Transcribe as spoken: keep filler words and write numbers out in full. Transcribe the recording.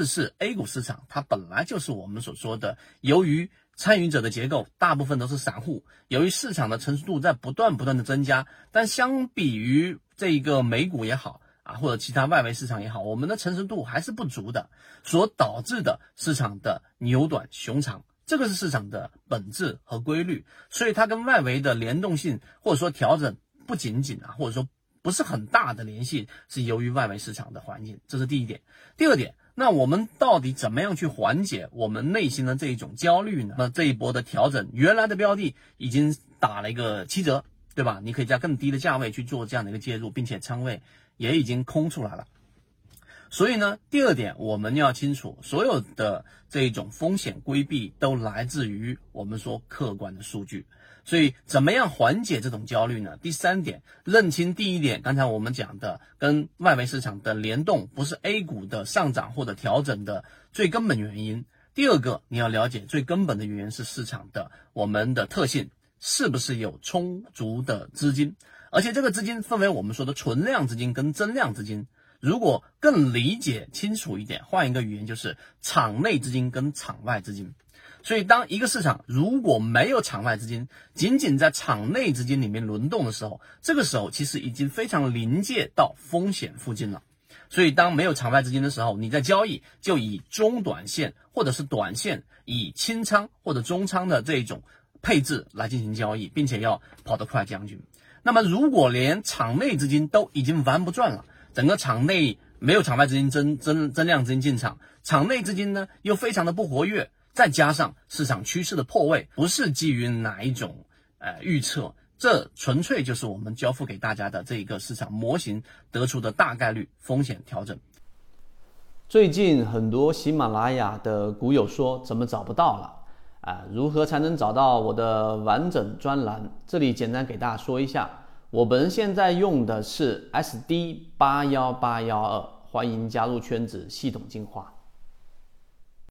是 A 股市场它本来就是我们所说的，由于参与者的结构大部分都是散户，由于市场的成熟度在不断不断的增加，但相比于这个美股也好啊，或者其他外围市场也好，我们的成熟度还是不足的，所导致的市场的牛短熊长，这个是市场的本质和规律，所以它跟外围的联动性或者说调整不仅仅啊，或者说不是很大的联系，是由于外围市场的环境，这是第一点。第二点，那我们到底怎么样去缓解我们内心的这一种焦虑呢？那这一波的调整，原来的标的已经打了一个七折，对吧？你可以在更低的价位去做这样的一个介入，并且仓位也已经空出来了。所以呢，第二点我们要清楚，所有的这种风险规避都来自于我们说客观的数据。所以怎么样缓解这种焦虑呢？第三点，认清第一点，刚才我们讲的跟外围市场的联动不是 A 股的上涨或者调整的最根本原因。第二个，你要了解最根本的原因是市场的我们的特性，是不是有充足的资金，而且这个资金分为我们说的存量资金跟增量资金。如果更理解清楚一点，换一个语言就是场内资金跟场外资金。所以当一个市场如果没有场外资金，仅仅在场内资金里面轮动的时候，这个时候其实已经非常临界到风险附近了。所以当没有场外资金的时候，你在交易就以中短线或者是短线，以轻仓或者中仓的这种配置来进行交易，并且要跑得快将军。那么如果连场内资金都已经玩不转了，整个场内没有场外资金增增增量资金进场，场内资金呢又非常的不活跃，再加上市场趋势的破位，不是基于哪一种呃预测，这纯粹就是我们交付给大家的这一个市场模型得出的大概率风险调整。 最近很多喜马拉雅的股友说怎么找不到了啊？如何才能找到我的完整专栏？这里简单给大家说一下，我本人现在用的是 S D 八一八一二，欢迎加入圈子系统进化。